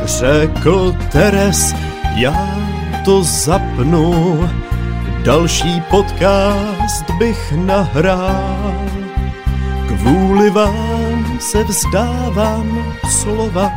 Řekl Teres, já to zapnu, další podcast bych nahrál. Kvůli vám se vzdávám slova,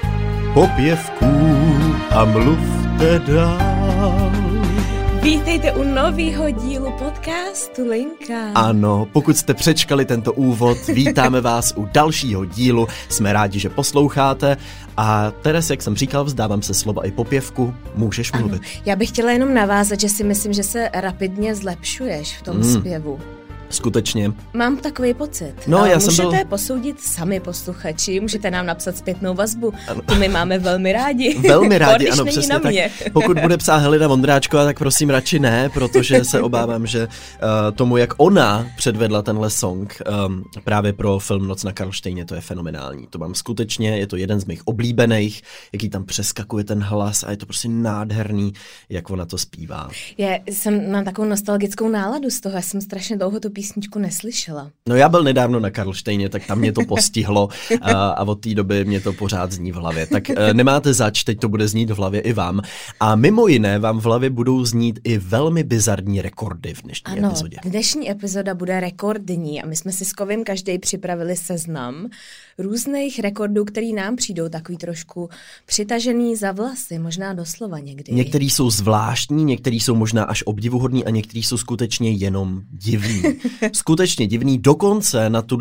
popěvků a mluvte dál. Vítejte u nového dílu podcastu Linka. Ano, pokud jste přečkali tento úvod, vítáme vás u dalšího dílu. Jsme rádi, že posloucháte. A Teres, jak jsem říkal, vzdávám se slova i popěvku. Můžeš mluvit. Ano, já bych chtěla jenom navázat, že si myslím, že se rapidně zlepšuješ v tom zpěvu. Skutečně. Mám takový pocit. No, můžete posoudit sami posluchači, můžete nám napsat zpětnou vazbu. Tu my máme velmi rádi. Velmi rádi, ano, není přesně na tak. mě. Pokud bude psát Helena Vondráčková, tak prosím radši ne, protože se obávám, že tomu, jak ona předvedla tenhle song právě pro film Noc na Karlštejně, to je fenomenální. To mám skutečně, je to jeden z mých oblíbených, jaký tam přeskakuje ten hlas a je to prostě nádherný, jak ona to zpívá. Mám takovou nostalgickou náladu z toho, já jsem strašně dlouho tu písničku neslyšela. No já byl nedávno na Karlštejně, tak tam mě to postihlo a od té doby mě to pořád zní v hlavě. Tak nemáte zač, teď to bude znít v hlavě i vám. A mimo jiné vám v hlavě budou znít i velmi bizarní rekordy v dnešní epizodě. Dnešní epizoda bude rekordní a my jsme si s Kovim každý připravili seznam různých rekordů, který nám přijdou takový trošku přitažený za vlasy, možná doslova někdy. Některý jsou zvláštní, některý jsou možná až obdivuhodný a některý jsou skutečně jenom divní. Skutečně divný, dokonce na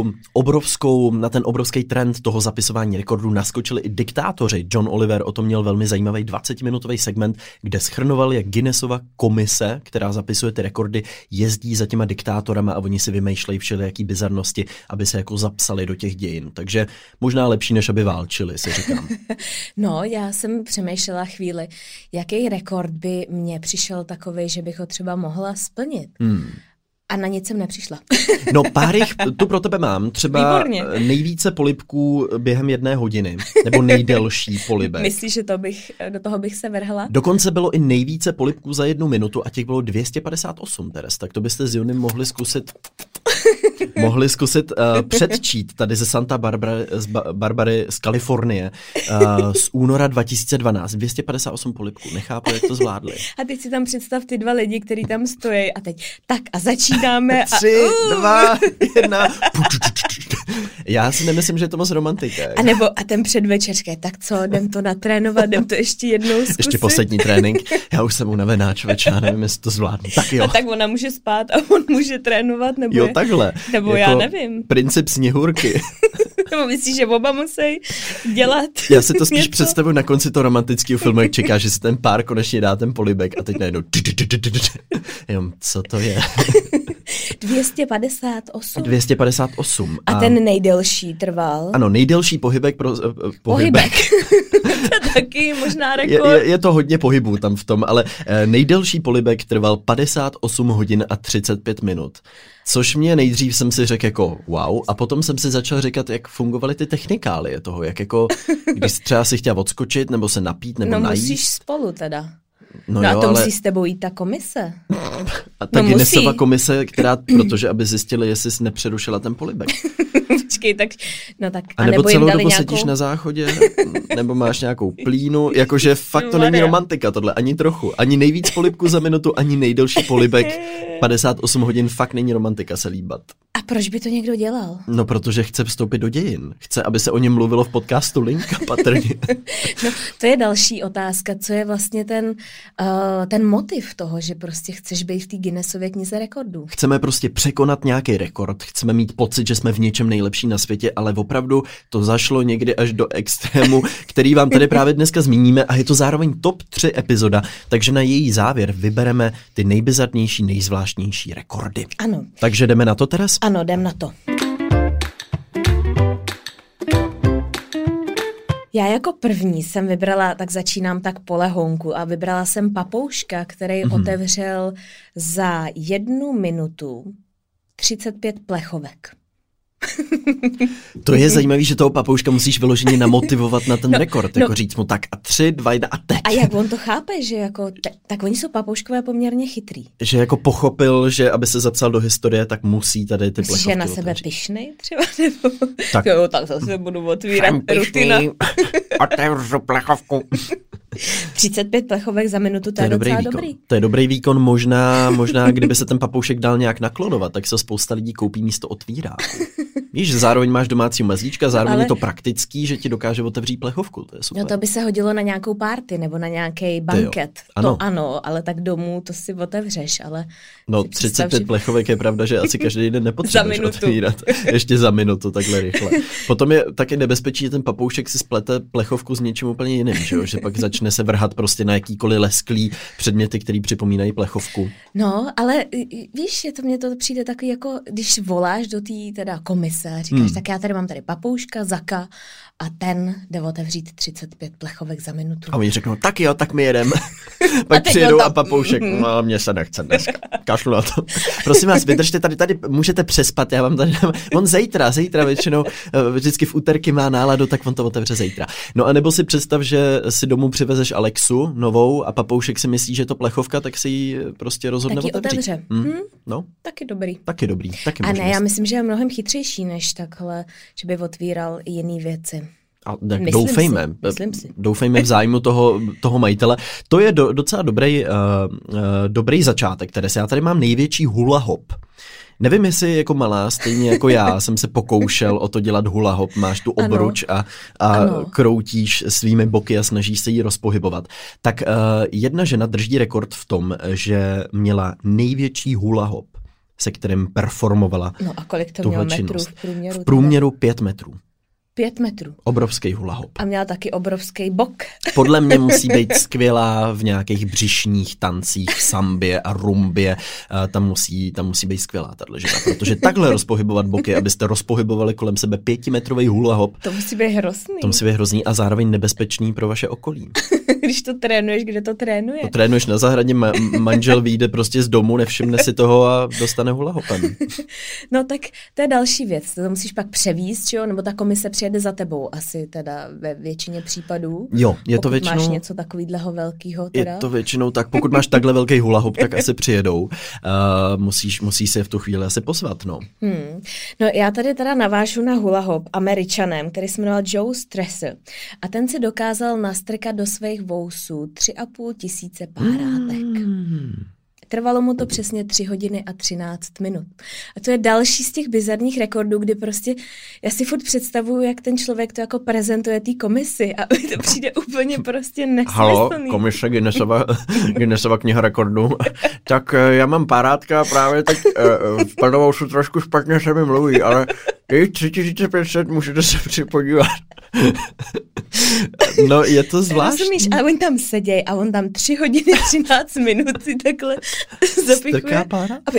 na ten obrovský trend toho zapisování rekordů naskočili i diktátoři. John Oliver o tom měl velmi zajímavý 20-minutový segment, kde shrnoval, jak Guinnessova komise, která zapisuje ty rekordy, jezdí za těma diktátorama a oni si vymýšlejí všelijaký bizarnosti, aby se jako zapsali do těch dějin. Takže možná lepší, než aby válčili, si říkám. No, já jsem přemýšlela chvíli, jaký rekord by mně přišel takovej, že bych ho třeba mohla splnit. A na nic jsem nepřišla. No pár jich tu pro tebe mám. Třeba Výborně. Nejvíce polibků během 1 hodiny. Nebo nejdelší polibek. Myslíš, že do toho bych se vrhla? Dokonce bylo i nejvíce polibků za 1 minutu a těch bylo 258, Teres. Tak to byste s Jonym mohli zkusit předčít tady ze Santa Barbary z Kalifornie z února 2012. 258 polibků. Nechápu, jak to zvládli. A teď si tam představ ty 2 lidi, kteří tam stojí a teď tak a začínáme. 3, 2, 1. Já si nemyslím, že je to moc romantika. A ten předvečerské, tak co, jdem to natrénovat, jdem to ještě jednou zkusit. Ještě poslední trénink. Já už jsem unavená, člověče, já nevím, jestli to zvládnu. Tak jo. A tak ona může spát a on může trénovat, nebo jo, takhle. Nebo jako já nevím. Princip Sněhurky. Nebo myslíš, že oba musí dělat Já si to spíš představuji na konci toho romantického filmu, jak čeká, že si ten pár konečně dá ten polibek a teď najednou jenom, co to je? 258. 258. A ten nejdelší trval? Ano, nejdelší pohybek. Pohybek. To taky možná rekord. Je to hodně pohybů tam v tom, ale nejdelší polibek trval 58 hodin a 35 minut. Což mě nejdřív jsem si řekl jako wow, a potom jsem si začal říkat, jak fungovaly ty technikálie toho, jak jako, když třeba si chtěla odskočit, nebo se napít, nebo najít. No musíš spolu teda. No jo, a to ale musí s tebou jít ta komise. A ta Guinnessova komise, protože aby zjistili, jestli jsi nepřerušila ten polibek. Počkej, tak. A nebo celou dobu sedíš na záchodě, nebo máš nějakou plínu, jakože fakt to není romantika tohle, ani trochu. Ani nejvíc polibku za minutu, ani nejdelší polibek. 58 hodin fakt není romantika se líbat. A proč by to někdo dělal? No, protože chce vstoupit do dějin. Chce, aby se o něm mluvilo v podcastu Linka, patrně. No, to je další otázka. Co je vlastně ten motiv toho, že prostě chceš být v té Guinnessově knize rekordů? Chceme prostě překonat nějaký rekord, chceme mít pocit, že jsme v něčem nejlepší na světě, ale opravdu to zašlo někdy až do extrému, který vám tady právě dneska zmíníme a je to zároveň top 3 epizoda, takže na její závěr vybereme ty nejbizarnější, nejzvláštnější rekordy. Ano. Takže jdeme na to, Teres? Ano, jdem na to. Já jako první jsem vybrala, tak začínám tak po lehonku a vybrala jsem papouška, který otevřel za 1 minutu 35 plechovek. To je zajímavé, že toho papouška musíš vyloženě namotivovat na ten rekord, jako říct mu tak a 3, 2, 1 a teď. A jak on to chápe, že jako, tak oni jsou papouškové poměrně chytrý. Že jako pochopil, že aby se zapsal do historie, tak musí tady ty plechovky. Že na sebe pyšnej třeba, nebo tak. Jo, tak zase budu otvírat rutina. Otevřu plechovku. 35 plechovek za minutu, to je docela dobrý. To je dobrý výkon, možná kdyby se ten papoušek dal nějak naklonovat, tak se spousta lidí koupí místo otvíráku. Víš, zároveň máš domácí mazlíčka, zároveň je to praktický, že ti dokáže otevřít plechovku, to je super. No to by se hodilo na nějakou party nebo na nějaký banket. To ano, ale tak domů to si otevřeš, ale... No 35 plechovek je pravda, že asi každý den nepotřebuješ otvírat. Ještě za minutu, takhle rychle. Potom je taky nebezpečí, že ten papoušek si splete plechovku s něčím úplně jiným, že pak začne se vrhat prostě na jakýkoliv lesklý předměty, který připomínají plechovku. No, ale víš, mně to přijde takový jako, když voláš do té teda komise a říkáš, tak já tady mám tady papouška, Zaka a ten jde otevřít 35 plechovek za minutu. A oni řeknou, tak jo, tak my jedeme. Pak přijedou a papoušek, no mně se nechce dneska, kašlu na to. Prosím vás, vydržte tady můžete přespat, já vám tady dám. On zítra většinou, vždycky v úterky má náladu, tak on to otevře zítra. No a nebo si představ, že si domů přivezeš Alexu novou a papoušek si myslí, že je to plechovka, tak si ji prostě rozhodne otevřít. Otevře. No. Taky dobrý. Taky a ne, já myslím, že je mnohem chytřejší než takhle, že by otvíral jiný věci. A doufejme v zájmu toho majitele. To je docela dobrý začátek, které já tady mám největší hula hop. Nevím, jestli jako malá, stejně jako já, jsem se pokoušel o to dělat hula hop, máš tu obruč a kroutíš svými boky a snažíš se jí rozpohybovat. Tak jedna žena drží rekord v tom, že měla největší hula hop, se kterým performovala. No a kolik to mělo metrů v průměru? V průměru 5 metrů. 5 metrů. Obrovský hula hop. A měla taky obrovský bok. Podle mě musí být skvělá v nějakých břišních tancích, v sambě a rumbě. Tam musí být skvělá tato žena, protože takhle rozpohybovat boky, abyste rozpohybovali kolem sebe 5metrový hula hop. To musí být hrozný. To musí být hrozný a zároveň nebezpečný pro vaše okolí. Když to trénuješ, kde to trénuje? To trénuješ na zahradě, manžel vyjde prostě z domu, nevšimne si toho a dostane hula hopem. No tak to je další věc, to musíš pak převízt, že jo? Nebo ta komise přijede za tebou asi teda ve většině případů. Jo, je to většinou... máš něco takového velkého teda. Je to většinou tak, pokud máš takhle velký hula hop, tak asi přijedou. Musíš se v tu chvíli asi pozvat, no. No já tady teda navážu na hula hop Američanem, který se jmenoval Joe Strasser. A ten si dokázal nastrkat do svých vousů 3,5 tisíce párátek. Trvalo mu to přesně 3 hodiny a 13 minut. A to je další z těch bizarních rekordů, kdy prostě já si furt představuju, jak ten člověk to jako prezentuje té komisi a mi to přijde úplně prostě nesmyslný. Halo, komise Guinnessova kniha rekordů. Tak já mám párátka právě teď v plnovousu trošku špatně se mi mluví, ale i 3500 můžete se připodívat. No, je to zvláštní. Rozumíš, ale oni tam sedějí a on tam 3 hodiny 13 minut si takhle zapichuje. Strká párátka.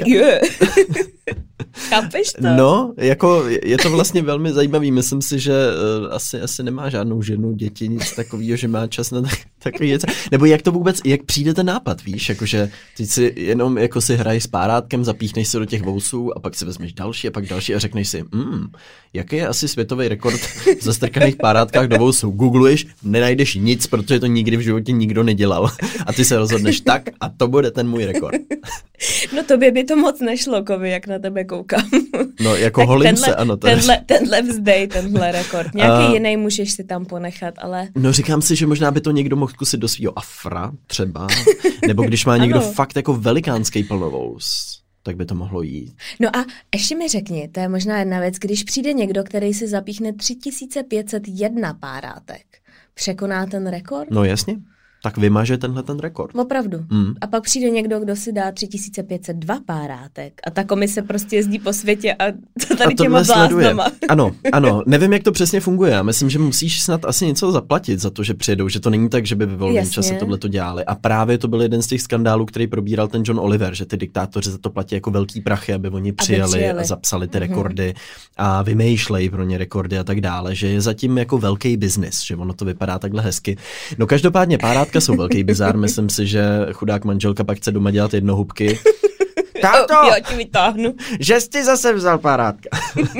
Chápeš to? No, jako je to vlastně velmi zajímavý. Myslím si, že asi nemá žádnou ženu, děti, nic takového, že má čas na takový věc. Nebo jak to vůbec, jak přijde ten nápad, víš, jakože ty si jenom jako si hraješ s párátkem, zapíchneš se do těch vousů a pak si vezmeš další a pak další a řekneš si, jaký je asi světový rekord v zastrkaných párátkách do vousů. Googluješ, nenajdeš nic, protože to nikdy v životě nikdo nedělal. A ty se rozhodneš tak a to bude ten můj rekord. No tobě by to moc nešlo, Kovi, jak na tebe koukám. No jako holím se, ano. Tenhle vzdej, tenhle rekord. Nějaký jiný můžeš si tam ponechat, ale... No říkám si, že možná by to někdo mohl zkusit do svýho afra třeba, nebo když má někdo fakt jako velikánský plnovous, tak by to mohlo jít. No a ještě mi řekni, to je možná jedna věc, když přijde někdo, který si zapíchne 3501 párátek, překoná ten rekord? No jasně. Tak vymaže tenhle ten rekord. Opravdu. A pak přijde někdo, kdo si dá 3502 párátek a ta komise prostě jezdí po světě a to tady těma bláznama. Ano. Nevím, jak to přesně funguje. Já myslím, že musíš snad asi něco zaplatit za to, že přijedou, že to není tak, že by ve volném čase tohleto dělali. A právě to byl jeden z těch skandálů, který probíral ten John Oliver, že ty diktátoři za to platí jako velký prachy, aby oni přijeli a zapsali ty rekordy a vymýšlejí pro ně rekordy a tak dále, že je zatím jako velký biznis, že ono to vypadá takhle hezky. No každopádně párátka jsou velký bizár, myslím si, že chudák manželka pak chce doma dělat jednohubky. Táto, já ti vytáhnu. Že jsi zase vzal párátka.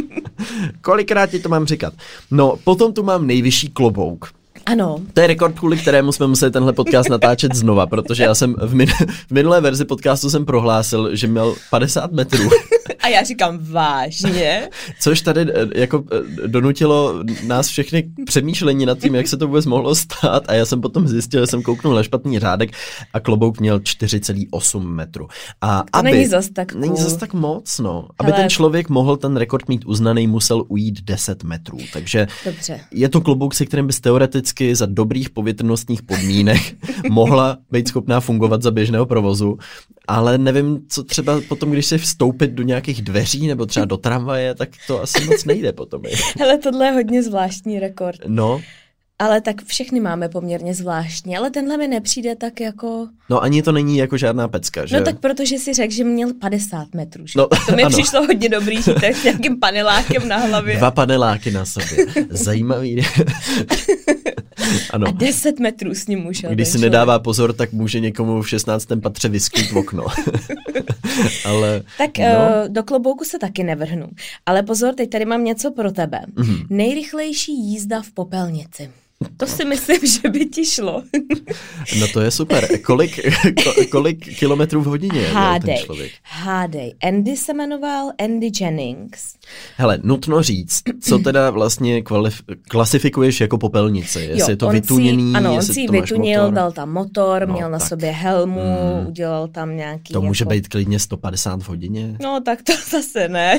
Kolikrát ti to mám říkat? No, potom tu mám nejvyšší klobouk. Ano. To je rekord, kvůli kterému jsme museli tenhle podcast natáčet znova, protože já jsem v minulé verzi podcastu jsem prohlásil, že měl 50 metrů. A já říkám, vážně? Což tady jako donutilo nás všechny k přemýšlení nad tím, jak se to vůbec mohlo stát, a já jsem potom zjistil, že jsem kouknul na špatný řádek a klobouk měl 4,8 metru. A to není zas tak cool. Není zas tak moc, no. Aby ten člověk mohl ten rekord mít uznaný, musel ujít 10 metrů. Takže dobře. Je to klobouk, se kterým bys teoreticky za dobrých povětrnostních podmínek mohla být schopná fungovat za běžného provozu, ale nevím, co třeba potom, když se vstoupit do nějakých dveří nebo třeba do tramvaje, tak to asi moc nejde potom. Hele, tohle je hodně zvláštní rekord. No. Ale tak všechny máme poměrně zvláštní, ale tenhle mi nepřijde tak jako... No ani to není jako žádná pecka, že? No tak protože si řekl, že měl 50 metrů, že? No, to mi přišlo hodně dobrý, že tak s nějakým panelákem na hlavě. 2 paneláky na sobě. Zajímavý. Ano. A 10 metrů s ním můžel. Když si nedává pozor, tak může někomu v 16. patře vyskýt v okno. Ale, tak do klobouku se taky nevrhnu. Ale pozor, teď tady mám něco pro tebe. Mm-hmm. Nejrychlejší jízda v popelnici. To si myslím, že by ti šlo. No to je super. Kolik kilometrů v hodině je ten člověk? Hádej. Andy se jmenoval Andy Jennings. Hele, nutno říct, co teda vlastně klasifikuješ jako popelnici. Jestli je to vytuněný, ano, on si ji vytunil, dal tam motor, měl na sobě helmu, udělal tam nějaký... To může být klidně 150 v hodině? No tak to zase ne.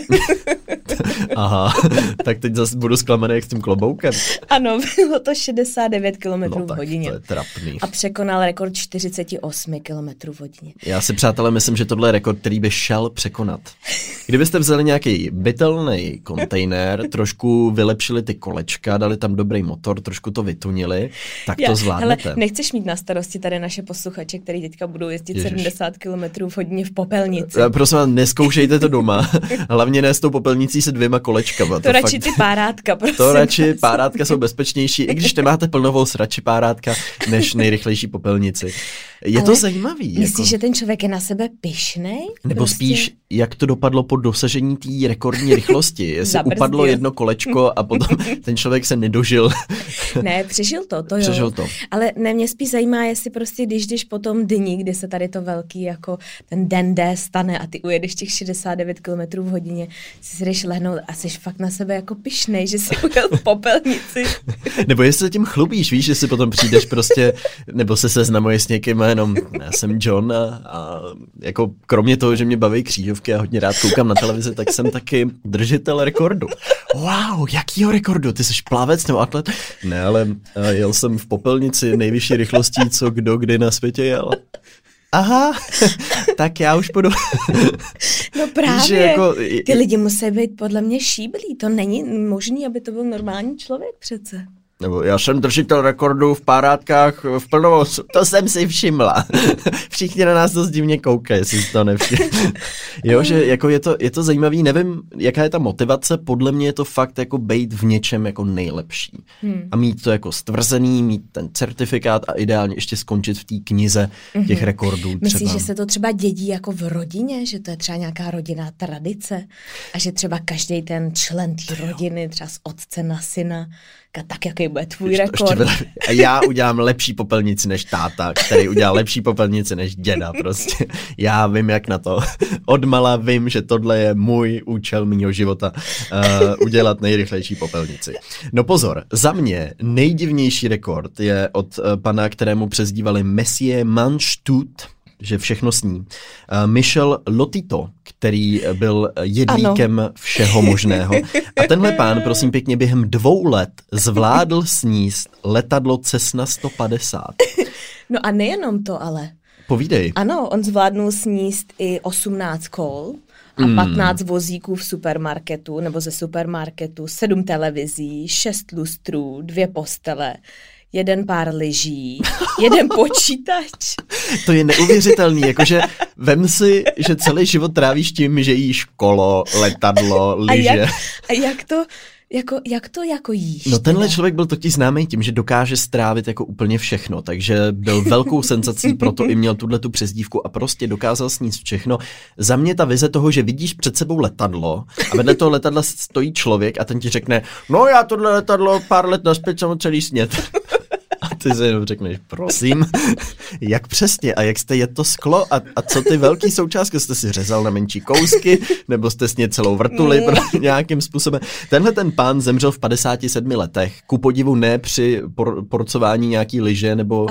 Aha, tak teď zase budu zklamaný jak s tím kloboukem. Ano, bylo to 69 km v hodině. To je trapný. A překonal rekord 48 km v hodině. Já si, přátelé, myslím, že tohle je rekord, který by šel překonat. Kdybyste vzali nějaký bytelný kontejner, trošku vylepšili ty kolečka, dali tam dobrý motor, trošku to vytunili, tak to zvládnete. Hele, nechceš mít na starosti tady naše posluchače, který teďka budou jezdit 70 km v hodině v popelnici. Prosím vás, neskoušejte to doma. Hlavně ne s tou popelnicí se 2 kolečkama. To radši ty párátka, prosím. To radši párátka jsou bezpečnější, i když nemáte plnovou radši párátka, než nejrychlejší popelnici. Je to zajímavý. Myslíš, že ten člověk je na sebe pyšnej? Nebo spíš, jak to dopadlo po dosažení té rekordní rychlosti. Jestli upadlo jedno kolečko a potom ten člověk se nedožil. Ne, přežil to jo. Přežil to. Ale mě spíš zajímá, jestli prostě, když jdeš po tom dni, kdy se tady to velký, jako ten den D stane a ty ujedeš těch 69 km v hodině, si jdeš lehnout a jsi fakt na sebe jako pyšnej, že jsi ujel v popelnici. Nebo jestli se tím chlubíš, víš, že si potom přijdeš prostě, nebo se seznamuješ s někým jenom, já jsem John a jako kromě toho, že mě baví křížovky a hodně rád koukám na televizi, tak jsem taky držitel rekordu. Wow, jakýho rekordu? Ty jsi plavec nebo atlet? Ne, ale jel jsem v popelnici nejvyšší rychlostí, co kdo kdy na světě jel. Aha, tak já už půjdu. No právě, jako, ty lidi musí být podle mě šíblí, to není možný, aby to byl normální člověk přece. Nebo já jsem držitel rekordu v párátkách v plnovozu. To jsem si všimla. Všichni na nás dost divně koukají, jestli si to nevšimli. Jo, že jako je to zajímavý, nevím, jaká je ta motivace, podle mě je to fakt jako bejt v něčem jako nejlepší. A mít to jako stvrzený, mít ten certifikát a ideálně ještě skončit v té knize těch rekordů. Myslíš, že se to třeba dědí jako v rodině, že to je třeba nějaká rodinná tradice a že třeba každý ten člen té rodiny, třeba z otce na syna, tak jaký bude tvůj rekord. A já udělám lepší popelnici než táta, který udělal lepší popelnici než děda prostě. Já vím, jak na to. Odmala vím, že tohle je můj účel mýho života. Udělat nejrychlejší popelnici. No pozor, za mě nejdivnější rekord je od pana, kterému přezdívali Monsieur Manchtut, že všechno sní. Michel Lotito, který byl jedlíkem všeho možného. A tenhle pán, prosím pěkně, během 2 let zvládl sníst letadlo Cessna 150. No a nejenom to, ale. Povídej. Ano, on zvládnul sníst i 18 kol a 15 vozíků v supermarketu nebo ze supermarketu, 7 televizí, 6 lustrů, 2 postele, 1 pár lyží, 1 počítač. To je neuvěřitelný, jakože vem si, že celý život trávíš tím, že jíš kolo, letadlo, lyže. A jak to, Jak to jíš? No tenhle člověk byl totiž známý tím, že dokáže strávit jako úplně všechno, takže byl velkou senzací, proto i měl tuhletu přezdívku a prostě dokázal sníst všechno. Za mě ta vize toho, že vidíš před sebou letadlo a vedle toho letadla stojí člověk a ten ti řekne, no já tohle letadlo pár let naspět jsem celý snět. A ty si jenom řekneš, prosím, jak přesně a jak jste jedl to sklo a co ty velký součástky, jste si řezal na menší kousky, nebo jste sněd celou vrtuli nějakým způsobem. Tenhle ten pán zemřel v 57 letech, ku podivu ne při porcování nějaký liže nebo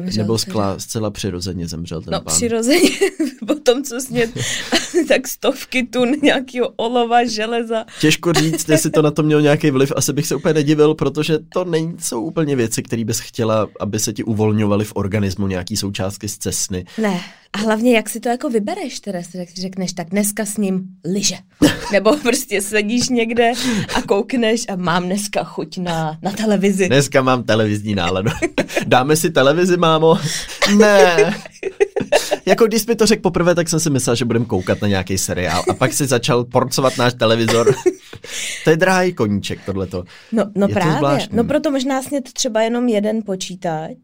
skla, zcela přirozeně zemřel ten pán. No přirozeně, potom co sněd tak 100 tun nějakého olova, železa. Těžko říct, jestli to na to mělo nějaký vliv, asi bych se úplně nedivil, protože to nejsou úplně věci, které bys chtěla, aby se ti uvolňovaly v organismu nějaký součástky z cesny. Ne. A hlavně, jak si to jako vybereš, teda si řekneš, tak dneska s ním liže. Nebo prostě sedíš někde a koukneš a mám dneska chuť na televizi. Dneska mám televizní náladu. Dáme si televizi, mámo? Ne. Jako když jsi mi to řekl poprvé, tak jsem si myslel, že budeme koukat na nějaký seriál a pak si začal porcovat náš televizor. To je drahý koníček, tohleto. No právě. No proto možná snět třeba jenom jeden počítač,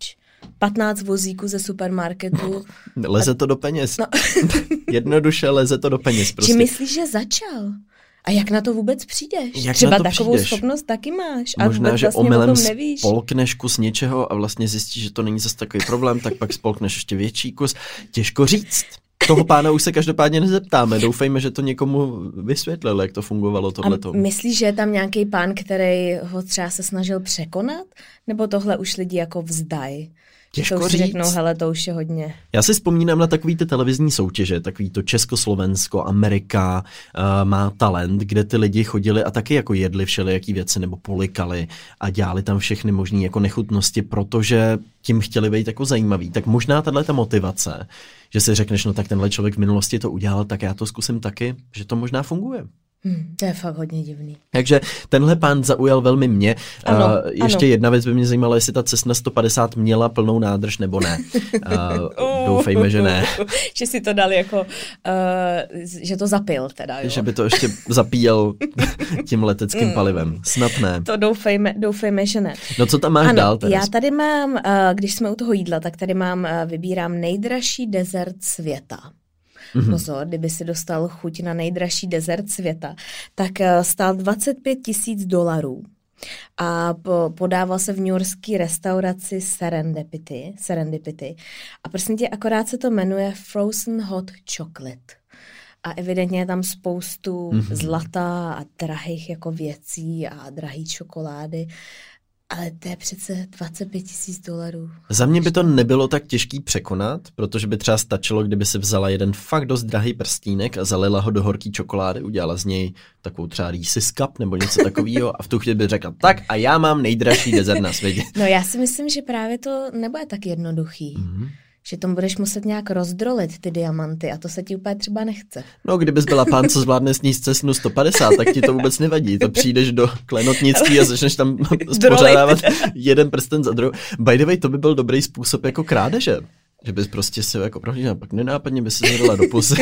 15 vozíků ze supermarketu. Leze to do peněz. No. Jednoduše leze to do peněz. Prostě. Či myslíš, že začal? A jak na to vůbec přijdeš? Třeba takovou schopnost taky máš. A možná, že vlastně omylem spolkneš kus něčeho a vlastně zjistíš, že to není zase takový problém, tak pak spolkneš ještě větší kus. Těžko říct. Toho pána už se každopádně nezeptáme. Doufejme, že to někomu vysvětlil, jak to fungovalo tohleto. A myslíš, že je tam nějaký pán, který ho třeba se snažil překonat? Nebo tohle už lidi jako vzdají? Těžko to už říct. Řeknou, hele, to už je hodně. Já si vzpomínám na takový ty televizní soutěže, takový to Československo, Amerika má talent, kde ty lidi chodili a taky jako jedli všelijaký věci nebo polikali a dělali tam všechny možný jako nechutnosti, protože tím chtěli být jako zajímavý. Tak možná tato motivace, že si řekneš, no tak tenhle člověk v minulosti to udělal, tak já to zkusím taky, že to možná funguje. To je fakt hodně divný. Takže tenhle pán zaujal velmi mě. Ještě ano. jedna věc by mě zajímala, jestli ta Cessna 150 měla plnou nádrž nebo ne. Doufejme, že ne. Že si to dal jako, že to zapil teda. Jo. Že by to ještě zapíjel tím leteckým palivem. Snad ne. To doufejme, že ne. No co tam máš dál? Teres? Já tady mám, když jsme u toho jídla, tak tady vybírám nejdražší dezert světa. Pozor, kdyby si dostal chuť na nejdražší dezert světa, tak stál $25,000 a podával se v newyorské restauraci Serendipity. A prosím tě, akorát se to jmenuje Frozen Hot Chocolate. A evidentně je tam spoustu zlata a drahých jako věcí a drahý čokolády. Ale to je přece $25,000. Za mě by to nebylo tak těžký překonat, protože by třeba stačilo, kdyby si vzala jeden fakt dost drahý prstínek a zalila ho do horký čokolády, udělala z něj takovou třeba Reese's Cup nebo něco takového a v tu chvíli by řekla, tak a já mám nejdražší dezert na světě. No já si myslím, že právě to nebude tak jednoduchý. Že tomu budeš muset nějak rozdrolit ty diamanty a to se ti úplně třeba nechce. No, kdybys byla pán, co zvládne sníst Cessnu 150, tak ti to vůbec nevadí. To přijdeš do Klenotnický a začneš tam spořádávat jeden prsten za druhou. By the way, to by byl dobrý způsob jako krádeže. Že bys prostě si jako prohlížel, pak nenápadně by si zadala do pusy.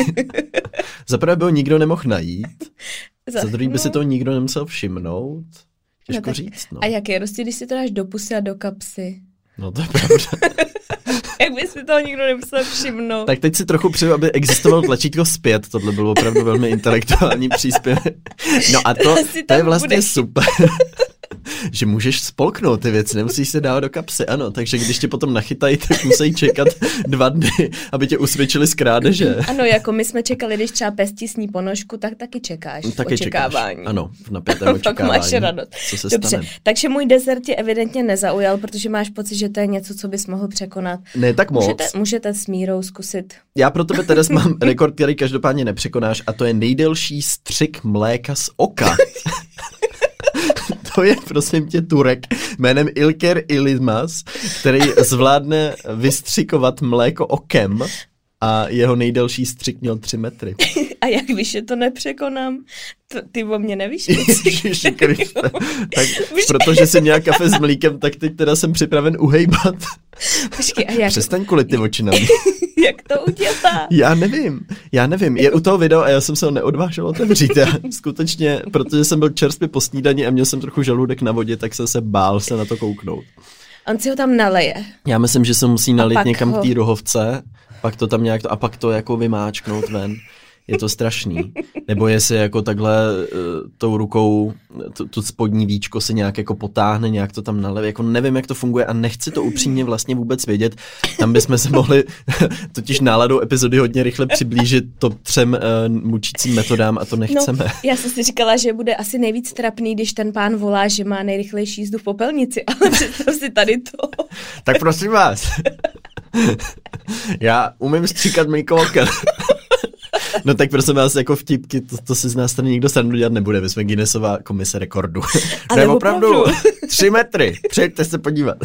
Za prvé by ho nikdo nemohl najít, za druhý by si to nikdo nemusel všimnout. Těžko říct, no. A jak je rozdíl, když si to dáš do pusy a do kapsy? No to je pravda. Jak by si toho nikdo nemusel všimnout. Tak teď si trochu přeju, aby existoval tlačítko zpět. Tohle bylo opravdu velmi intelektuální příspěvek. No a to je vlastně super. Že můžeš spolknout ty věci, nemusíš se dávat do kapsy, ano, takže když tě potom nachytají, tak musí čekat 2 dny, aby tě usvědčili z krádeže. Ano, jako my jsme čekali, když třeba pes ti sní ponožku, tak taky čekáš v očekávání. Čekáš. Ano, v napětém očekávání. Máš radost. Co se Dobře, stane? takže můj dezert tě evidentně nezaujal, protože máš pocit, že to je něco, co bys mohl překonat. Ne tak moc. Můžete s Mírou zkusit. Já pro tebe teraz mám rekord, který každopádně nepřekonáš, a to je nejdelší střik mléka z oka. To je, prosím tě, Turek jménem Ilker Ilmaz, který zvládne vystřikovat mléko okem a jeho nejdelší střik měl 3 metry. A jak víš, že to nepřekonám? Ty o mě nevíš? Ježiši Kriste. Tak protože jsi měla kafe s mlíkem, tak teď teda jsem připraven uhejbat. Počkej, a jak... Přestaň kulit ty oči na mě. Jak to udělá? Já nevím. Je u toho video a já jsem se ho neodvážil otevřít. Já skutečně, protože jsem byl čerstvě po snídani a měl jsem trochu žaludek na vodě, tak jsem se bál se na to kouknout. On si ho tam naleje. Já myslím, že se musí nalít někam k té rohovce, pak to tam nějak a pak to jako vymáčknout ven. Je to strašný. Nebo jestli jako takhle tou rukou tu spodní víčko se nějak jako potáhne, nějak to tam naleví. Jako nevím, jak to funguje a nechci to upřímně vlastně vůbec vědět. Tam bychom se mohli totiž náladou epizody hodně rychle přiblížit top 3 mučícím metodám a to nechceme. No, já jsem si říkala, že bude asi nejvíc trapný, když ten pán volá, že má nejrychlejší jízdu v popelnici, ale představ si tady to. Tak prosím vás. Já umím stříkat mýkolka. No tak prosím vás, jako vtipky, to si z nás tady nikdo srandu dělat nebude, my jsme Guinnessová komise rekordu. Ale to je opravdu 3 metry, přijďte se podívat.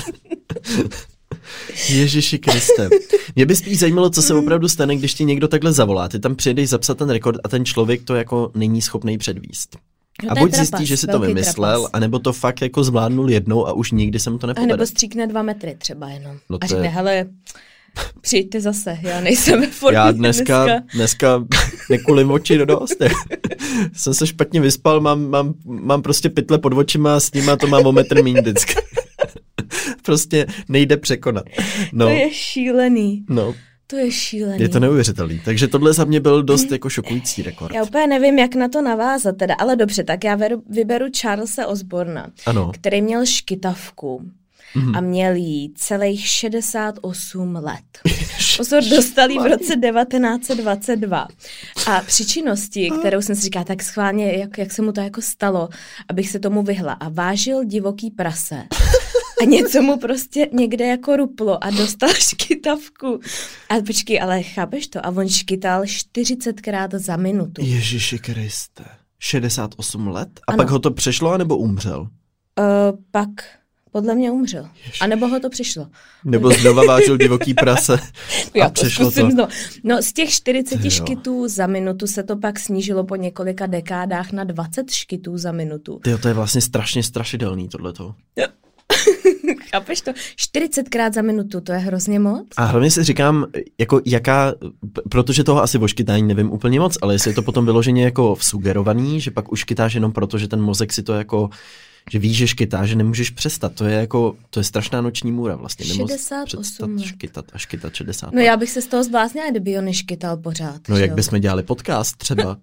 Ježiši Kriste. Mě by spíš zajímalo, co se opravdu stane, když ti někdo takhle zavolá. Ty tam přijedeš zapsat ten rekord a ten člověk to jako není schopný předvíst. No a buď zjistí, že si to vymyslel, anebo to fakt jako zvládnul jednou a už nikdy se mu to nepovede. A nebo stříkne 2 metry třeba jenom. No a řekne, hele, přijďte zase, já nejsem ve formě. Já dneska nekulím oči dost. Jsem se špatně vyspal, mám prostě pytle pod očima a s nima to mám o metr míň vždycky. Prostě nejde překonat. No. To je šílený. No. To je šílený. Je to neuvěřitelný. Takže tohle za mě byl dost jako šokující rekord. Já úplně nevím, jak na to navázat teda, ale dobře, tak já vyberu Charlese Osborna, který měl škytavku. A měl jí celých 68 let. Pozor, dostal jí v roce 1922. A při činnosti, kterou jsem si říkala tak schválně, jak se mu to jako stalo, abych se tomu vyhla. A vážil divoký prase. A něco mu prostě někde jako ruplo a dostal škytavku. A počkej, ale chápeš to? A on škytal 40krát za minutu. Ježiši Kriste. 68 let? A pak ho to přešlo, anebo umřel? Pak... Podle mě umřel. A nebo ho to přišlo. Nebo znova vážil divoký prase a přešlo to. No z těch 40 škytů za minutu se to pak snížilo po několika dekádách na 20 škytů za minutu. To je vlastně strašně strašidelný tohleto. Chápeš to? 40krát za minutu, to je hrozně moc. A hlavně si říkám, jako protože toho asi o škytání nevím úplně moc, ale jestli je to potom vyloženě jako vsugerovaný, že pak už škytáš jenom proto, že ten mozek si to jako... že víš, že škytá, že nemůžeš přestat. To je strašná noční můra vlastně. 68 let. Škytat 60 let. No já bych se z toho zbláznila, kdyby ho neškytal pořád. No jak bychom dělali podcast třeba.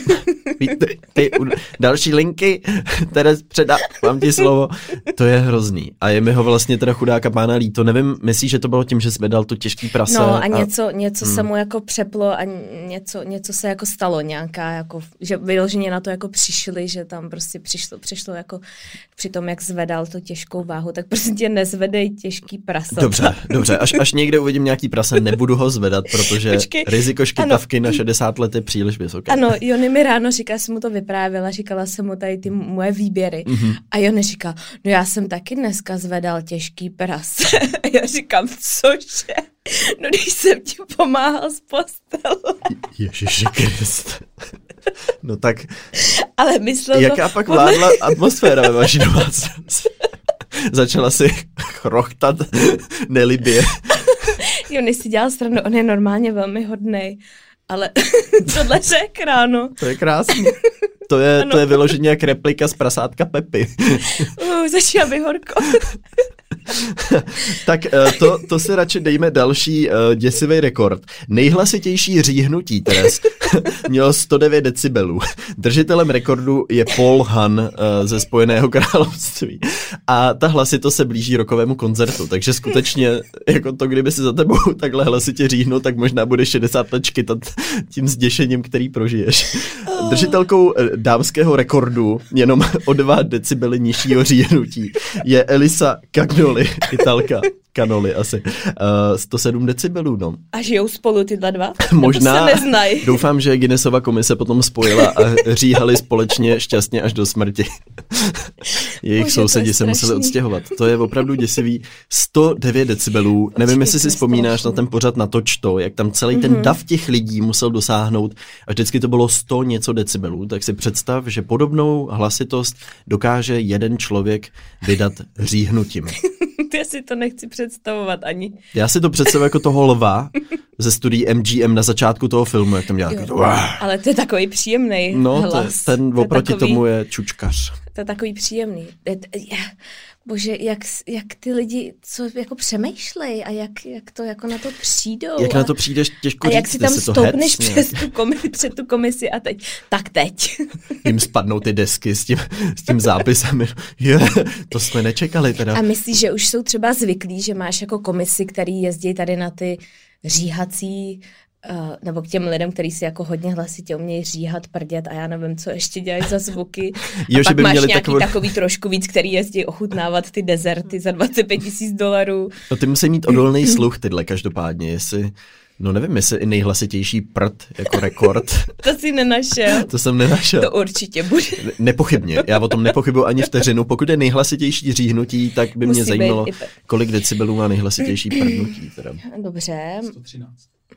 Ty další linky, Teres předá, mám ti slovo. To je hrozný. A je mi ho vlastně teda chudáka pána líto. Nevím, myslíš, že to bylo tím, že zvedal tu těžký prase? No a něco se mu jako přeplo a něco se jako stalo nějaká, jako, že vyloženě na to jako přišli, že tam prostě přišlo jako při tom, jak zvedal tu těžkou váhu, tak prostě nezvedej těžký prase. Dobře, až někde uvidím nějaký prase, nebudu ho zvedat, protože riziko škytavky na 60 let je příliš vysoké. Ano, Jony mi ráno říká, jsem mu to vyprávěla, říkala jsem mu tady ty moje výběry. A Jony říká, no já jsem taky dneska zvedal těžký prase. A já říkám, cože? No když jsem ti pomáhal z postele. Ježiši Kriste. No tak, ale myslel jaká pak vládla atmosféra ve vaší domácnosti? Začala si chrochtat nelibě. Jony si dělal stranu, on je normálně velmi hodnej, ale tohle řek ráno. To je krásný. To je vyloženě jak replika z prasátka Pepy. Začíná být horko. Tak to si radši dejme další děsivý rekord. Nejhlasitější říhnutí, Teres, mělo 109 decibelů. Držitelem rekordu je Paul Hahn ze Spojeného království. A ta hlasitost se blíží rockovému koncertu, takže skutečně jako to, kdyby si za tebou takhle hlasitě říhnul, tak možná bude 60 let škytat tím zděšením, který prožiješ. Držitelkou dámského rekordu, jenom o 2 decibely nižšího říhnutí, je Elisa Cagnoli, Italka. Canoli asi. 107 decibelů, no. A žijou spolu tyhle dva? Možná. Se neznají. Doufám, že Guinnessova komise potom spojila a říhali společně šťastně až do smrti. Jejich sousedi se museli odstěhovat. To je opravdu děsivý. 109 decibelů. Nevím, jestli si vzpomínáš na ten pořad Na toč to, jak tam celý ten dav těch lidí musel dosáhnout a vždycky to bylo 100 něco decibelů. Tak si představ, že podobnou hlasitost dokáže jeden člověk vydat říhnutím. Já si to nechci představovat ani. Já si to představuji jako toho lva ze studií MGM na začátku toho filmu, jak tam dělá. Ale to je takový příjemný hlas. Ten oproti tomu je čučkař. To je takový příjemný. Bože, jak ty lidi, co jako přemýšlej a jak to jako na to přijdou. Jak na to přijdeš, těžko říct. A jak si tam stoupneš před tu komisi a teď. Jim spadnou ty desky s tím zápisem. To jsme nečekali teda. A myslíš, že už jsou třeba zvyklí, že máš jako komisi, který jezdí tady na ty říhací nebo k těm lidem, kteří si jako hodně hlasitě umějí říhat, prdět a já nevím, co ještě dělají za zvuky. A pak máš nějaký takový trošku víc, který jezdí ochutnávat ty dezerty za $25,000. No ty musí mít odolný sluch tyhle každopádně, jestli... No nevím, jestli i nejhlasitější prd jako rekord. To jsi nenašel. To jsem nenašel. To určitě bude. Nepochybně. Já o tom nepochybuji ani vteřinu. Pokud je nejhlasitější říhnutí, tak by mě zajímalo, kolik decibelů má nejhlasitější prdnutí. Teda. Dobře. 113.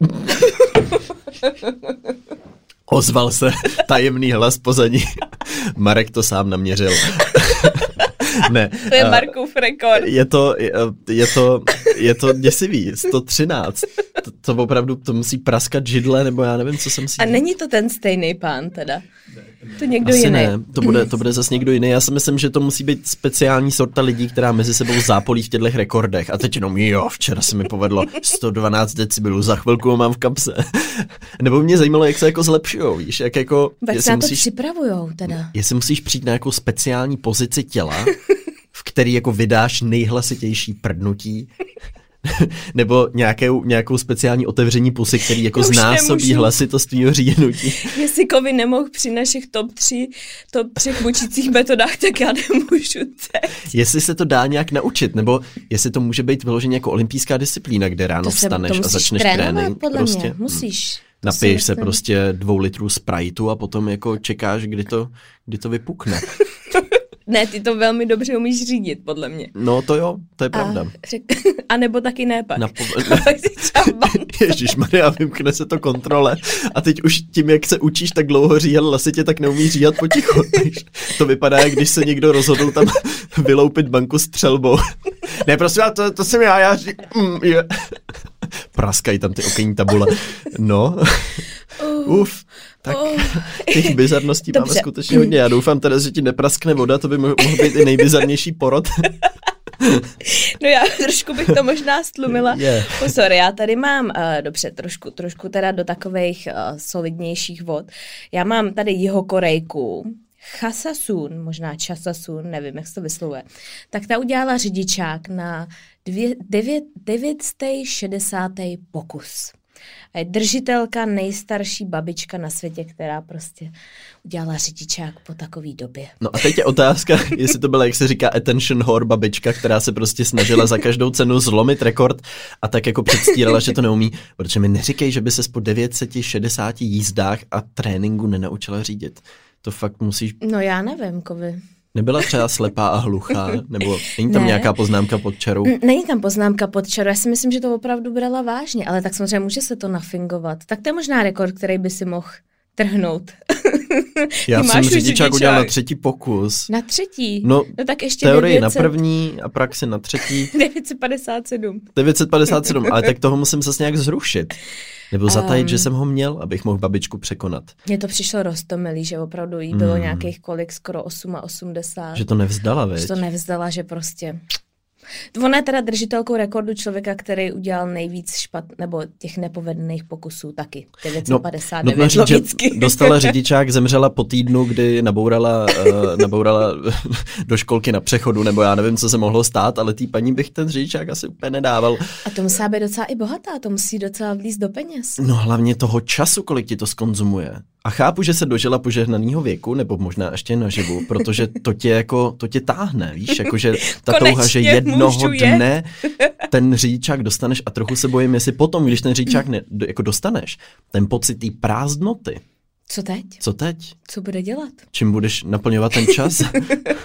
Ozval se tajemný hlas pozadí. Marek to sám naměřil. Ne. To je Markův rekord. Je to děsivý. 113. To opravdu, to musí praskat židle, nebo já nevím, co jsem si... A není to ten stejný pán teda? To někdo asi jiný. Ne, to bude zase někdo jiný. Já si myslím, že to musí být speciální sorta lidí, která mezi sebou zápolí v těchto rekordech. A teď jenom, včera se mi povedlo 112 decibelů, za chvilku ho mám v kapse. Nebo mě zajímalo, jak se jako zlepšujou, víš, jak jako... Tak se na to připravujou teda. Jestli musíš přijít na jako speciální pozici těla, v který jako vydáš nejhlasitější prdnutí, nebo nějakou speciální otevření pusy, který jako znásobí hlasitost tvýho říhnutí. Jestli Kovy nemohl při našich top 3 mučících metodách, tak já nemůžu teď. Jestli se to dá nějak naučit, nebo jestli to může být vyloženě jako olympijská disciplína, kde ráno vstaneš a začneš trénink. Podle mě. Musíš. Napiješ se prostě 2 litrů Spriteu a potom jako čekáš, kdy to vypukne. Ne, ty to velmi dobře umíš řídit, podle mě. No to jo, to je pravda. A nebo taky ne pak. Ježišmarja, vymkne se to kontrole. A teď už tím, jak se učíš tak dlouho říhat hlasitě, tak neumíš říhat potichu. To vypadá, jak když se někdo rozhodl tam vyloupit banku střelbou. Ne, prosím, to jsem já praskají tam ty okenní tabule. No. Uf. Tak těch bizarností máme skutečně hodně. Já doufám teda, že ti nepraskne voda, to by mohl být i nejbizarnější porod. No já trošku bych to možná stlumila. Pozor, já tady mám, dobře, trošku teda do takových solidnějších vod. Já mám tady Jihokorejku, Chasasun, možná Chasasun, nevím, jak se to vyslovuje. Tak ta udělala řidičák na 960. pokus. A je držitelka, nejstarší babička na světě, která prostě udělala řidičák po takový době. No a teď je otázka, jestli to byla, jak se říká, attention whore babička, která se prostě snažila za každou cenu zlomit rekord a tak jako předstírala, že to neumí. Protože mi neříkej, že by ses po 960 jízdách a tréninku nenaučila řídit. To fakt musíš... No já nevím, Kovy. Nebyla třeba slepá a hluchá? Nebo není tam nějaká poznámka pod čarou? Není tam poznámka pod čarou. Já si myslím, že to opravdu brala vážně, ale tak samozřejmě může se to nafingovat. Tak to je možná rekord, který by si mohl trhnout. Já jsem řidičák udělal na 3. pokus. Na 3? No tak ještě teorii 900... na 1. a praxi na 3. 957. 957, ale tak toho musím zase nějak zrušit. Nebo zatajit, že jsem ho měl, abych mohl babičku překonat. Mně to přišlo roztomilý, že opravdu jí bylo nějakých kolik, skoro 88. Že to nevzdala, veď? Že to nevzdala, že prostě... Ona je teda držitelkou rekordu člověka, který udělal nejvíc nebo těch nepovedených pokusů taky. 959 no, logicky. Dostala řidičák, zemřela po týdnu, kdy nabourala do školky na přechodu, nebo já nevím, co se mohlo stát, ale tý paní bych ten řidičák asi úplně nedával. A to musí být docela i bohatá, to musí docela vlízt do peněz. No hlavně toho času, kolik ti to skonzumuje. A chápu, že se dožila požehnanýho věku, nebo možná ještě naživu, protože to tě táhne, víš, jakože ta touha, že jednoho dne ten řidičák dostaneš a trochu se bojím, jestli potom, když ten řidičák jako dostaneš, ten pocit té prázdnoty. Co teď? Co teď? Co bude dělat? Čím budeš naplňovat ten čas?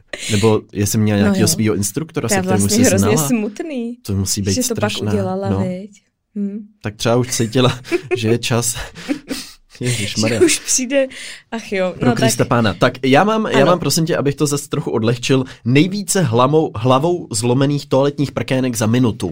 Nebo jestli měla nějakého svýho instruktora, se kterému vlastně jsi znala. To je vlastně hrozně smutný. To musí být že strašná. Že to pak udělala, viď? Tak třeba už cítila, že je čas. Ježišmarja. Že už přijde, ach jo. Pro Krista Pána. Tak já mám, prosím tě, abych to zase trochu odlehčil, nejvíce hlavou zlomených toaletních prkének za minutu.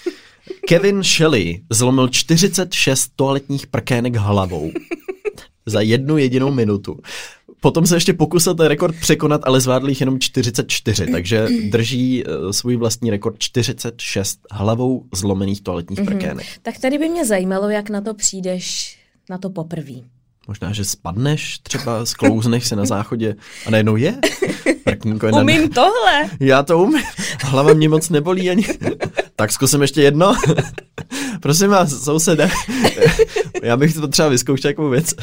Kevin Shelley zlomil 46 toaletních prkének hlavou za 1 jedinou minutu. Potom se ještě pokusil ten rekord překonat, ale zvládl jich jenom 44, takže drží svůj vlastní rekord 46 hlavou zlomených toaletních prkének. Tak tady by mě zajímalo, jak na to přijdeš na to poprvé. Možná, že spadneš, třeba sklouzneš se na záchodě a najednou je. Umím tohle. Já to umím. Hlava mě moc nebolí ani. Tak zkusím ještě jedno. Prosím vás, sousede. Já bych to třeba vyzkoušel jako věc.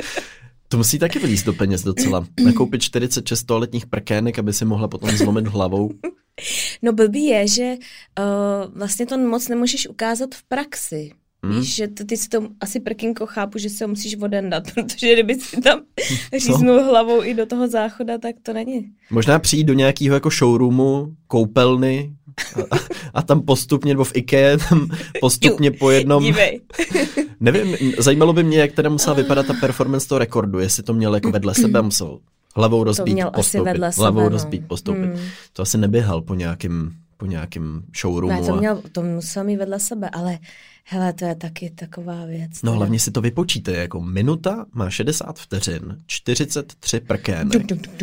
To musí taky vylízt do peněz docela. Nakoupit 46 toaletních prkének, aby si mohla potom zlomit hlavou. No blbý je, že vlastně to moc nemůžeš ukázat v praxi. Víš, že ty si to asi prkínko chápu, že se ho musíš odendat, protože kdyby si tam říznul hlavou i do toho záchoda, tak to není. Možná přijít do nějakého jako showroomu, koupelny a tam postupně, nebo v IKEA, tam postupně po jednom. Dívej. Nevím, zajímalo by mě, jak teda musela vypadat ta performance toho rekordu, jestli to měl jako vedle sebe, musel hlavou rozbít, postoupit. To asi neběhal po nějakým showroomu. Ne, to musel mít vedle sebe, ale hele, to je taky taková věc. No hlavně si to vypočíte, jako minuta má 60 vteřin, 43 prkének.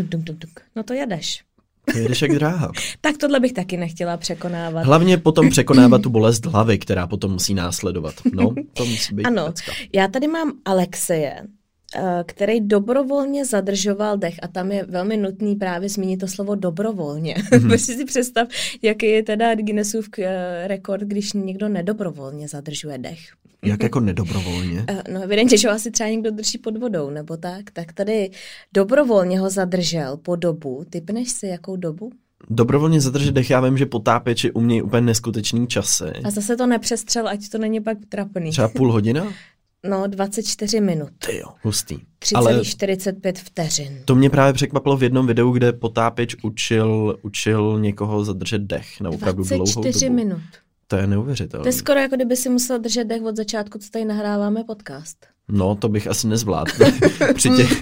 No to jedeš. To jedeš jak dráha. Tak tohle bych taky nechtěla překonávat. Hlavně potom překonávat tu bolest hlavy, která potom musí následovat. No, to musí být ano, pecka. Já tady mám Alexeje, který dobrovolně zadržoval dech a tam je velmi nutný právě zmínit to slovo dobrovolně. Protože si představ, jaký je teda Guinnessův rekord, když někdo nedobrovolně zadržuje dech. Jak jako nedobrovolně? No evidentně, že ho asi třeba někdo drží pod vodou, nebo tak tady dobrovolně ho zadržel po dobu. Typneš si, jakou dobu? Dobrovolně zadržet dech, já vím, že potápěči umějí úplně neskutečný časy. A zase to nepřestřel, ať to není pak trapný. Třeba půl hodina? No, 24 minut. Ty jo, hustý. 3,45 vteřin. To mě právě překvapilo v jednom videu, kde potápěč učil někoho zadržet dech na opravdu dlouhou dobu. 24 minut. To je neuvěřitelné. To je skoro jako kdyby si musel držet dech od začátku, co tady nahráváme podcast. No, to bych asi nezvládl. Při těch...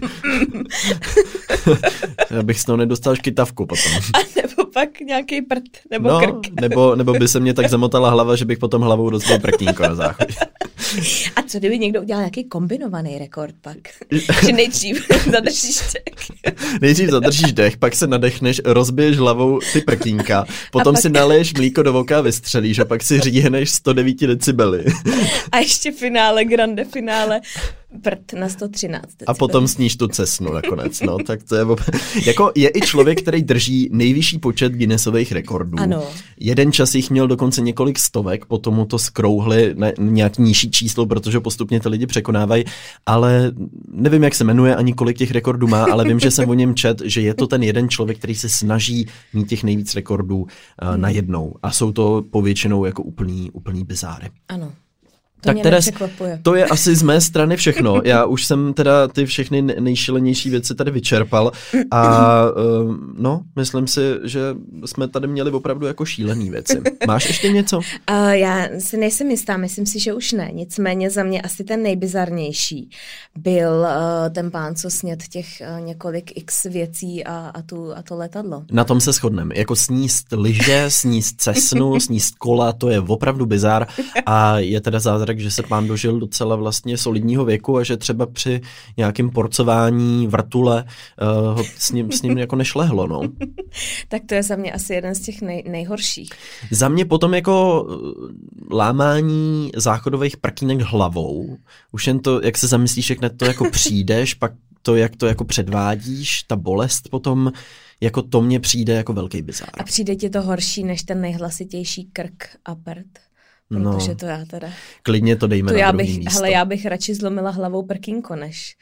Já bych z toho nedostal škytavku potom. A nebo pak nějaký prd, nebo krk. Nebo by se mě tak zamotala hlava, že bych potom hlavou dostal prkínko na záchodě. A co kdyby někdo udělal nějaký kombinovaný rekord pak? Že nejdřív zadržíš dech. Nejdřív zadržíš dech, pak se nadechneš, rozbiješ hlavou ty prkínka, potom si naliješ mlíko do voka a vystřelíš a pak si říhneš 109 decibely. A ještě grande finále, prd na 113 decibely. A potom sníš tu cesnu nakonec, no, tak to je jako je i člověk, který drží nejvyšší počet Guinnessových rekordů. Ano. Jeden čas jich měl dokonce několik stovek, potom mu to skrouhli na nějaký nižší číslo, protože postupně ty lidi překonávají, ale nevím, jak se jmenuje, ani kolik těch rekordů má, ale vím, že jsem o něm čet, že je to ten jeden člověk, který se snaží mít těch nejvíc rekordů najednou. A jsou to povětšinou jako úplný bizáry. Ano. Tak teda to je asi z mé strany všechno. Já už jsem teda ty všechny nejšilenější věci tady vyčerpal a myslím si, že jsme tady měli opravdu jako šílený věci. Máš ještě něco? Já si nejsem jistá, myslím si, že už ne. Nicméně za mě asi ten nejbizarnější byl ten pán, co sněd těch několik x věcí a to letadlo. Na tom se shodneme. Jako sníst lyže, sníst cesnu, sníst kola, to je opravdu bizar a je teda zázrak, že se pán dožil docela vlastně solidního věku a že třeba při nějakém porcování vrtule s ním jako nešlehlo, no. Tak to je za mě asi jeden z těch nejhorších. Za mě potom jako lámání záchodových prkínek hlavou, už jen to, jak se zamyslíš, jak na to jako přijdeš, pak to, jak to jako předvádíš, ta bolest potom, jako to mně přijde jako velký bizár. A přijde ti to horší než ten nejhlasitější krk a prd? Protože to já teda... Klidně to dejme na druhý místo. Hele, já bych radši zlomila hlavou prkínko, než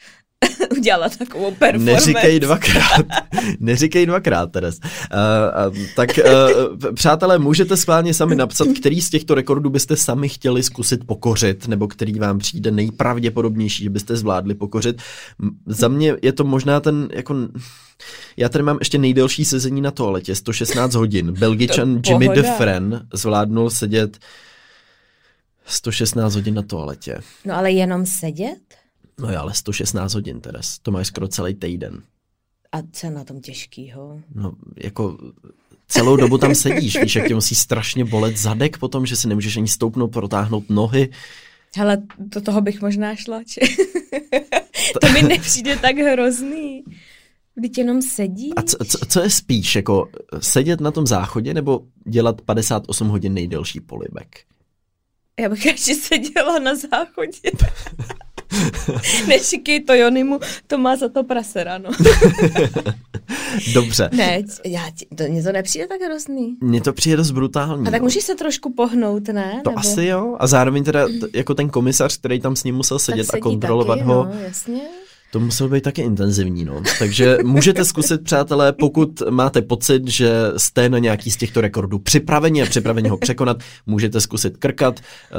udělala takovou performance. Neříkej dvakrát, Teres. Přátelé, můžete schválně sami napsat, který z těchto rekordů byste sami chtěli zkusit pokořit, nebo který vám přijde nejpravděpodobnější, že byste zvládli pokořit. Za mě je to možná ten, jako... Já tady mám ještě nejdelší sezení na toaletě, 116 hodin. Belgičan Jimmy Defren zvládnul sedět 116 hodin na toaletě. No ale jenom sedět? No jo, ale 116 hodin, Teres. To máš skoro celý týden. A co je na tom těžkýho? No, jako celou dobu tam sedíš, víš, jak tě musí strašně bolet zadek potom, že si nemůžeš ani stoupnout, protáhnout nohy. Hele, do toho bych možná šla, to mi nepřijde tak hrozný. Vždyť jenom sedí. A co je spíš, jako sedět na tom záchodě nebo dělat 58 hodin nejdelší polibek? Já bych radši seděla na záchodě. Neříkej to Jonimu, to má za to prasera, no. Dobře. Ne, mně to nepřijde tak hrozný. Mně to přijde dost brutální. A tak můžeš se trošku pohnout, ne? To nebo... asi jo. A zároveň teda jako ten komisař, který tam s ním musel sedět a kontrolovat taky, ho. No, jasně. To muselo být taky intenzivní, no. Takže můžete zkusit, přátelé, pokud máte pocit, že jste na nějaký z těchto rekordů připraveni ho překonat, můžete zkusit krkat,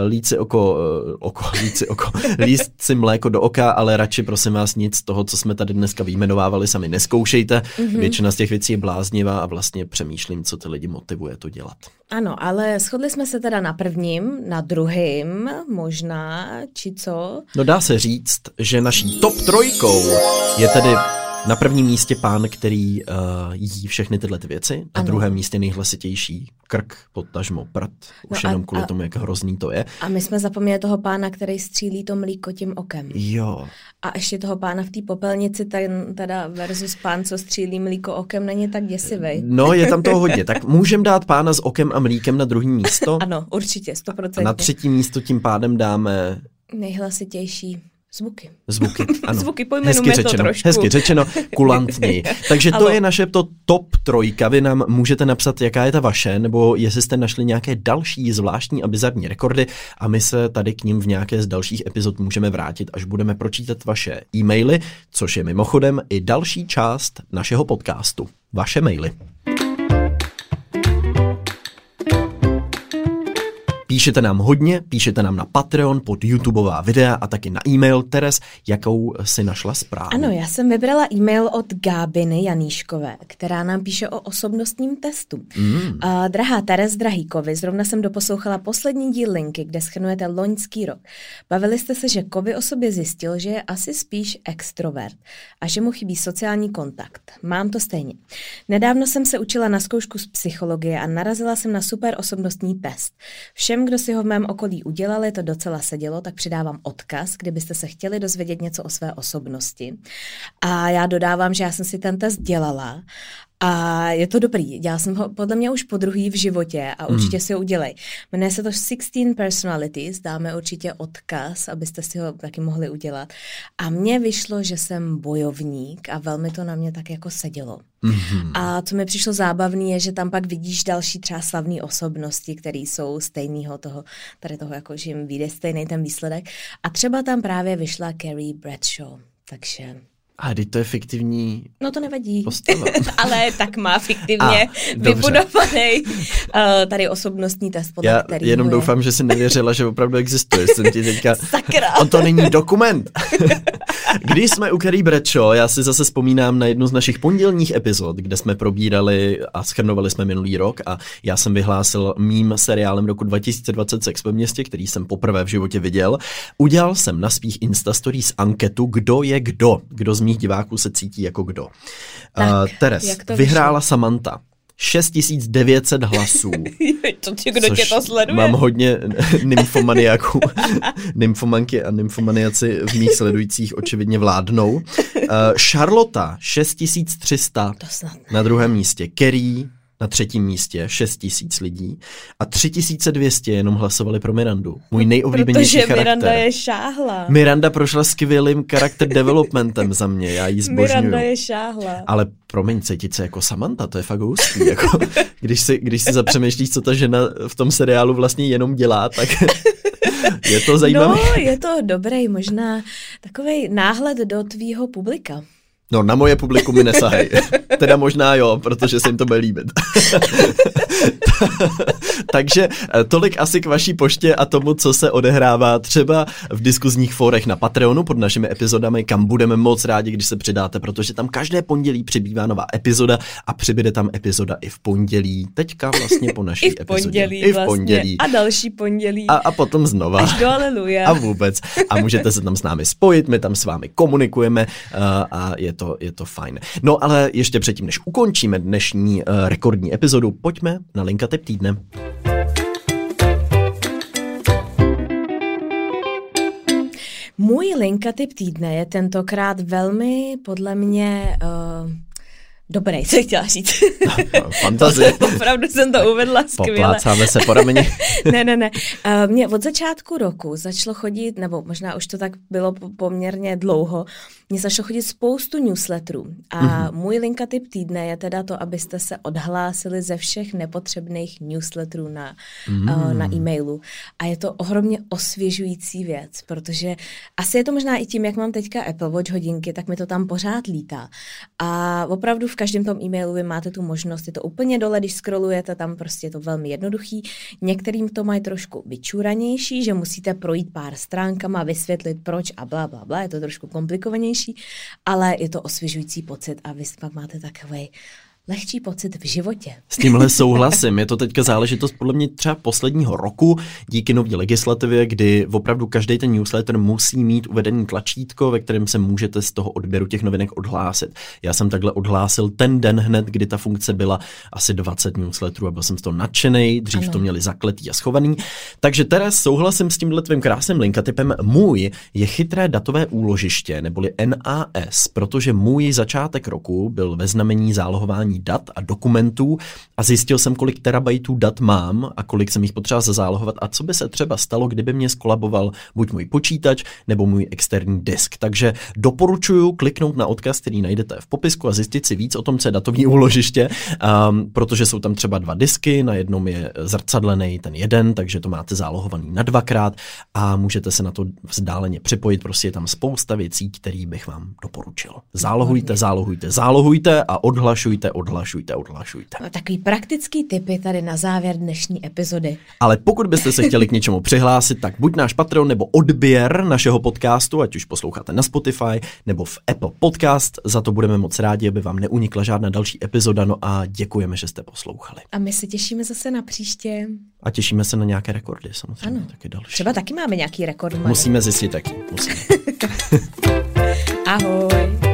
líst si mléko do oka, ale radši, prosím vás, nic z toho, co jsme tady dneska vyjmenovávali, sami neskoušejte. Většina z těch věcí je bláznivá a vlastně přemýšlím, co ty lidi motivuje to dělat. Ano, ale shodli jsme se teda na prvním, na druhým možná, či co? No dá se říct, že naší top 3 je tedy na prvním místě pán, který jí všechny tyhle ty věci, na druhém místě nejhlasitější krk, potažmo prd, už no jenom kvůli tomu, jak hrozný to je. A my jsme zapomněli toho pána, který střílí to mlíko tím okem. Jo. A ještě toho pána v té popelnici, ten teda versus pán, co střílí mlíko okem, není tak děsivej. No, je tam toho hodně. Tak můžeme dát pána s okem a mlíkem na druhý místo? Ano, určitě, 100%. A na třetí místo tím pádem dáme... nejhlasitější. Zvuky, ano. Zvuky, pojmenujeme to trošku. Hezky řečeno, kulantněji. Takže to je naše top 3. Vy nám můžete napsat, jaká je ta vaše, nebo jestli jste našli nějaké další zvláštní a bizarní rekordy a my se tady k ním v nějaké z dalších epizod můžeme vrátit, až budeme pročítat vaše e-maily, což je mimochodem i další část našeho podcastu. Vaše maily. Píšete nám hodně, píšete nám na Patreon, pod YouTubeová videa a taky na e-mail. Teres, jakou si našla zprávu? Ano, já jsem vybrala e-mail od Gábiny Janíškové, která nám píše o osobnostním testu. Drahá Teres, drahý Kovy, zrovna jsem doposlouchala poslední díl Linky, kde shrnujete loňský rok. Bavili jste se, že Kovy o sobě zjistil, že je asi spíš extrovert a že mu chybí sociální kontakt. Mám to stejně. Nedávno jsem se učila na zkoušku z psychologie a narazila jsem na super osobnostní test. Všem, kdo si ho v mém okolí udělali, to docela sedělo, tak přidávám odkaz, kdybyste se chtěli dozvědět něco o své osobnosti. A já dodávám, že já jsem si ten test dělala a je to dobrý. Dělala jsem ho podle mě už podruhý v životě a určitě si ho udělej. Jmenuje se to 16 Personalities, dáme určitě odkaz, abyste si ho taky mohli udělat. A mně vyšlo, že jsem bojovník a velmi to na mě tak jako sedělo. A co mi přišlo zábavný je, že tam pak vidíš další třeba slavné osobnosti, které jsou stejného toho, tady toho, jako že jim vyjde stejný ten výsledek. A třeba tam právě vyšla Carrie Bradshaw, takže... A teď to je fiktivní. No to nevadí. Postava. Ale tak má fiktivně vybudovaný tady osobnostní test, podle kterého jenom doufám, že jsi nevěřila, že opravdu existuje. Jsem ti teďka... Sakra. On to není dokument. Když jsme u Carrie Bradshaw, já si zase vzpomínám na jednu z našich pondělních epizod, kde jsme probírali a shrnovali jsme minulý rok a já jsem vyhlásil mým seriálem roku 2020 Sex ve městě, který jsem poprvé v životě viděl. Udělal jsem na svých Instastories anketu, kdo je kdo z mých diváků se cítí jako kdo. Teres, vyhrála Samantha. 6900 hlasů. Kdo tě to sleduje? Mám hodně nymfomaniaků. Nymfomanky a nymfomaniaci v mých sledujících očividně vládnou. Charlotta 6300 na druhém místě. Carrie na třetím místě 6000 lidí a 3200 jenom hlasovali pro Mirandu. Můj nejoblíbenější charakter. Protože Miranda je šáhla. Miranda prošla skvělým charakter developmentem za mě, já ji zbožňuju. Miranda je šáhla. Ale promiň, cítit se jako Samantha, to je fakt hustý. Jako, když si zapřemýšlíš, co ta žena v tom seriálu vlastně jenom dělá, Je to zajímavé? No, je to dobrý, možná takovej náhled do tvýho publika. No, na moje publikum mi nesahej. Teda možná jo, protože se jim to bude líbit. Takže tolik asi k vaší poště a tomu, co se odehrává třeba v diskuzních fórech na Patreonu pod našimi epizodami, kam budeme moc rádi, když se přidáte, protože tam každé pondělí přibývá nová epizoda a přibyde tam epizoda i v pondělí. Teďka vlastně po naší epizodě. I v pondělí. A další pondělí. A potom znova. Až do aleluja. A vůbec. A můžete se tam s námi spojit, my tam s vámi komunikujeme a je to fajn. No ale ještě předtím, než ukončíme dnešní rekordní epizodu, pojďme na Linka Tip týdne. Můj Linka Tip týdne je tentokrát velmi, podle mě, dobrý, co chtěla říct. Fantazie. Opravdu jsem to uvedla skvěle. Poplácáme se po rameni. Ne. Mně od začátku roku začalo chodit, nebo možná už to tak bylo poměrně dlouho, mně začalo chodit spoustu newsletterů. A můj Linka Tip týdne je teda to, abyste se odhlásili ze všech nepotřebných newsletterů na e-mailu. A je to ohromně osvěžující věc, protože asi je to možná i tím, jak mám teďka Apple Watch hodinky, tak mi to tam pořád lítá. A opravdu v každém tom e-mailu vy máte tu možnost, je to úplně dole, když scrollujete, tam prostě je to velmi jednoduchý. Některým to mají trošku vyčuranější, že musíte projít pár stránkama, vysvětlit proč a bla, je to trošku komplikovanější, ale je to osvěžující pocit a vy pak máte takovej lehčí pocit v životě. S tímhle souhlasím. Je to teďka záležitost podle mě třeba posledního roku díky nový legislativě, kdy opravdu každý ten newsletter musí mít uvedený tlačítko, ve kterém se můžete z toho odběru těch novinek odhlásit. Já jsem takhle odhlásil ten den hned, kdy ta funkce byla asi 20 newsletterů a byl jsem z toho nadšenej, dřív to měli zakletý a schovaný. Takže teraz souhlasím s tímhle tvým krásným linkatipem. Můj je chytré datové úložiště, neboli NAS, protože můj začátek roku byl ve znamení zálohování dat a dokumentů a zjistil jsem, kolik terabajtů dat mám a kolik jsem jich potřeba zazálohovat a co by se třeba stalo, kdyby mě skolaboval buď můj počítač nebo můj externí disk. Takže doporučuji kliknout na odkaz, který najdete v popisku a zjistit si víc o tom, co je datový úložiště, protože jsou tam třeba 2 disky, na jednom je zrcadlený ten jeden, takže to máte zálohovaný na 2krát a můžete se na to vzdáleně připojit, prostě je tam spousta věcí, které bych vám doporučil. Zálohujte a odhlašujte. No, takový praktický tipy tady na závěr dnešní epizody. Ale pokud byste se chtěli k něčemu přihlásit, tak buď náš Patreon nebo odběr našeho podcastu, ať už posloucháte na Spotify nebo v Apple Podcast, za to budeme moc rádi, aby vám neunikla žádná další epizoda, no a děkujeme, že jste poslouchali. A my se těšíme zase na příště. A těšíme se na nějaké rekordy samozřejmě. Ano. Taky další. Třeba taky máme nějaký rekord. Musíme zjistit taky. Ahoj.